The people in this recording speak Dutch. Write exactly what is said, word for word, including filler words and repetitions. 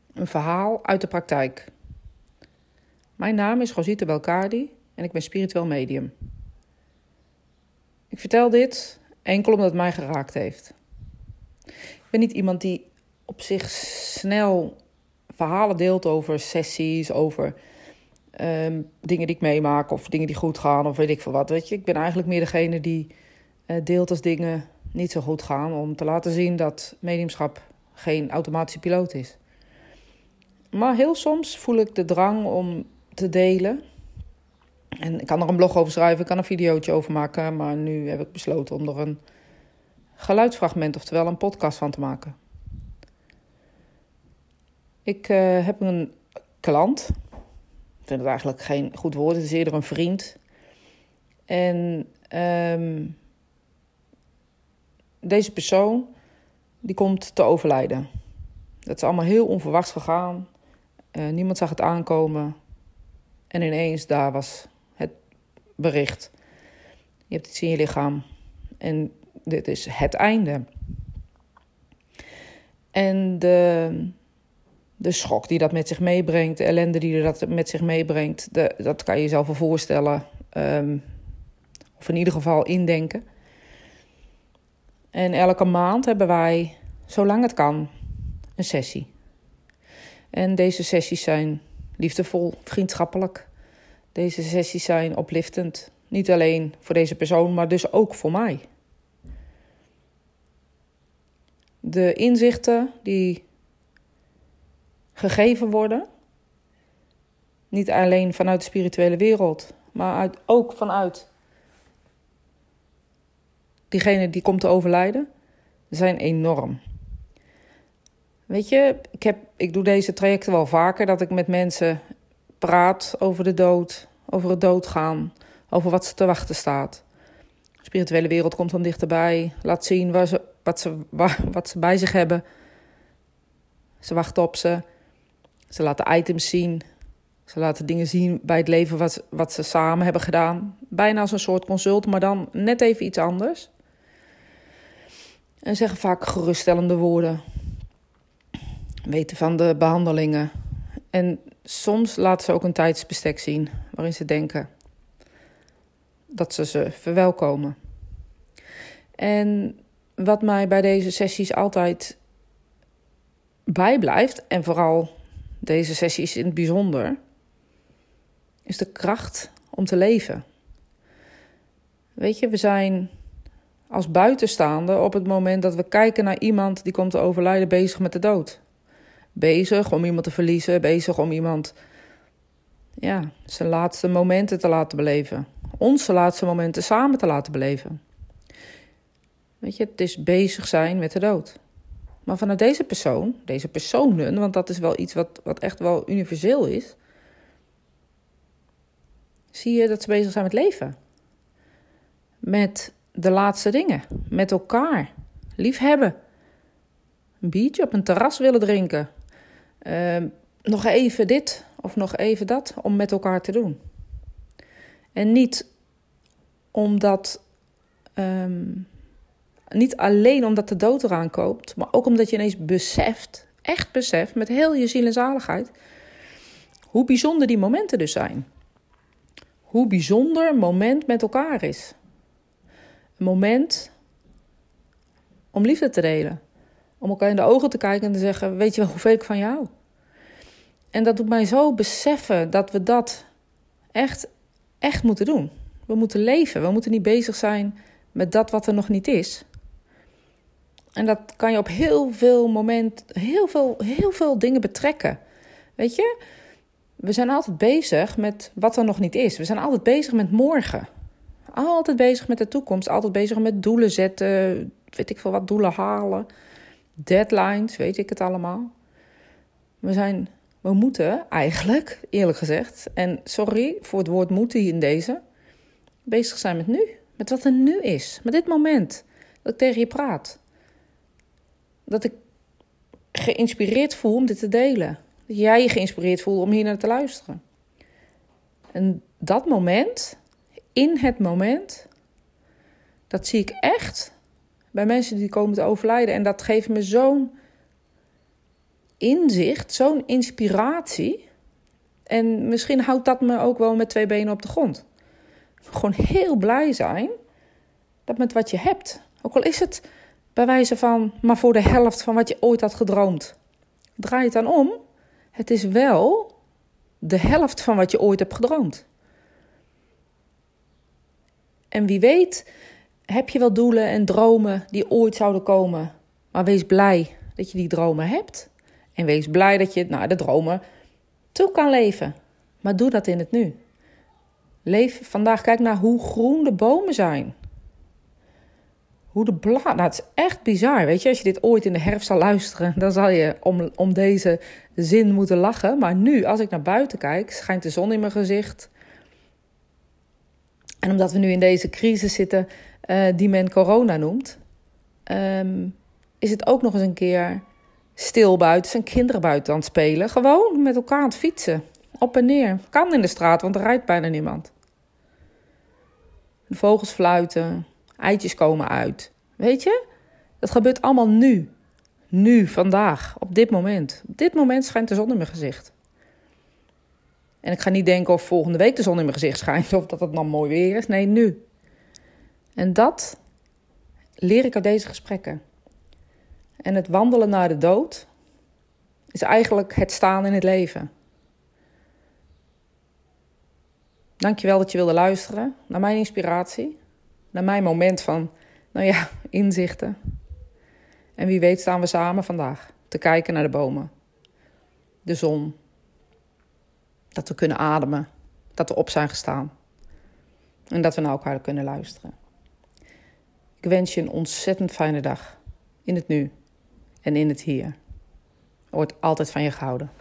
Een verhaal uit de praktijk. Mijn naam is Rosita Belcardi en ik ben spiritueel medium. Ik vertel dit enkel omdat het mij geraakt heeft. Ik ben niet iemand die op zich snel verhalen deelt over sessies, over um, dingen die ik meemaak of dingen die goed gaan of weet ik veel wat. Weet je? Ik ben eigenlijk meer degene die uh, deelt als dingen niet zo goed gaan, om te laten zien dat mediumschap geen automatische piloot is. Maar heel soms voel ik de drang om te delen. En ik kan er een blog over schrijven, ik kan een videootje over maken. Maar nu heb ik besloten om er een geluidsfragment, oftewel een podcast van te maken. Ik uh, heb een klant. Ik vind het eigenlijk geen goed woord, het is eerder een vriend. En um, deze persoon, die komt te overlijden. Dat is allemaal heel onverwachts gegaan. Uh, niemand zag het aankomen. En ineens, daar was het bericht. Je hebt iets in je lichaam. En dit is het einde. En de, de schok die dat met zich meebrengt, de ellende die dat met zich meebrengt, de, dat kan je jezelf wel voorstellen. Um, of in ieder geval indenken. En elke maand hebben wij, zolang het kan, een sessie. En deze sessies zijn liefdevol, vriendschappelijk. Deze sessies zijn opliftend. Niet alleen voor deze persoon, maar dus ook voor mij. De inzichten die gegeven worden, niet alleen vanuit de spirituele wereld, maar uit, ook vanuit diegene die komt te overlijden, zijn enorm. Weet je, ik, heb, ik doe deze trajecten wel vaker, dat ik met mensen praat over de dood, over het doodgaan, over wat ze te wachten staat. De spirituele wereld komt dan dichterbij, laat zien waar ze, wat, ze, waar, wat ze bij zich hebben. Ze wachten op ze, ze laten items zien, ze laten dingen zien bij het leven wat, wat ze samen hebben gedaan. Bijna als een soort consult, maar dan net even iets anders. En zeggen vaak geruststellende woorden. Weten van de behandelingen. En soms laten ze ook een tijdsbestek zien waarin ze denken dat ze ze verwelkomen. En wat mij bij deze sessies altijd bijblijft, en vooral deze sessies in het bijzonder, is de kracht om te leven. Weet je, we zijn als buitenstaander op het moment dat we kijken naar iemand die komt te overlijden bezig met de dood. Bezig om iemand te verliezen, bezig om iemand ja, zijn laatste momenten te laten beleven. Onze laatste momenten samen te laten beleven. Weet je, het is bezig zijn met de dood. Maar vanuit deze persoon, deze personen, want dat is wel iets wat, wat echt wel universeel is, zie je dat ze bezig zijn met leven. Met de laatste dingen, met elkaar, liefhebben. Een biertje op een terras willen drinken. Uh, nog even dit of nog even dat om met elkaar te doen. En niet omdat, um, niet alleen omdat de dood eraan koopt, maar ook omdat je ineens beseft, echt beseft, met heel je ziel en zaligheid, hoe bijzonder die momenten dus zijn. Hoe bijzonder een moment met elkaar is. Een moment om liefde te delen. Om elkaar in de ogen te kijken en te zeggen, weet je wel hoeveel ik van jou? En dat doet mij zo beseffen dat we dat echt, echt moeten doen. We moeten leven. We moeten niet bezig zijn met dat wat er nog niet is. En dat kan je op heel veel momenten, heel veel, heel veel dingen betrekken. Weet je, we zijn altijd bezig met wat er nog niet is. We zijn altijd bezig met morgen. Altijd bezig met de toekomst. Altijd bezig met doelen zetten. Weet ik veel wat, doelen halen. Deadlines, weet ik het allemaal. We zijn, we moeten eigenlijk, eerlijk gezegd, en sorry voor het woord moeten hier in deze, bezig zijn met nu. Met wat er nu is. Met dit moment. Dat ik tegen je praat. Dat ik geïnspireerd voel om dit te delen. Dat jij je geïnspireerd voelt om hier naar te luisteren. En dat moment, in het moment, dat zie ik echt bij mensen die komen te overlijden. En dat geeft me zo'n inzicht, zo'n inspiratie. En misschien houdt dat me ook wel met twee benen op de grond. Gewoon heel blij zijn dat met wat je hebt. Ook al is het bij wijze van maar voor de helft van wat je ooit had gedroomd. Draai het dan om. Het is wel de helft van wat je ooit hebt gedroomd. En wie weet heb je wel doelen en dromen die ooit zouden komen. Maar wees blij dat je die dromen hebt. En wees blij dat je naar de dromen toe kan leven. Maar doe dat in het nu. Leef vandaag, kijk naar hoe groen de bomen zijn. Hoe de bladeren, nou, het is echt bizar. Weet je, als je dit ooit in de herfst zal luisteren, dan zal je om, om deze zin moeten lachen. Maar nu, als ik naar buiten kijk, schijnt de zon in mijn gezicht. En omdat we nu in deze crisis zitten, uh, die men corona noemt, um, is het ook nog eens een keer stil buiten. Er zijn kinderen buiten aan het spelen. Gewoon met elkaar aan het fietsen. Op en neer. Kan in de straat, want er rijdt bijna niemand. De vogels fluiten. Eitjes komen uit. Weet je? Dat gebeurt allemaal nu. Nu, vandaag, op dit moment. Op dit moment schijnt de zon in mijn gezicht. En ik ga niet denken of volgende week de zon in mijn gezicht schijnt, of dat het dan mooi weer is. Nee, nu. En dat leer ik uit deze gesprekken. En het wandelen naar de dood is eigenlijk het staan in het leven. Dankjewel dat je wilde luisteren naar mijn inspiratie. Naar mijn moment van, nou ja, inzichten. En wie weet staan we samen vandaag te kijken naar de bomen. De zon. Dat we kunnen ademen. Dat we op zijn gestaan. En dat we naar elkaar kunnen luisteren. Ik wens je een ontzettend fijne dag. In het nu. En in het hier. Er wordt altijd van je gehouden.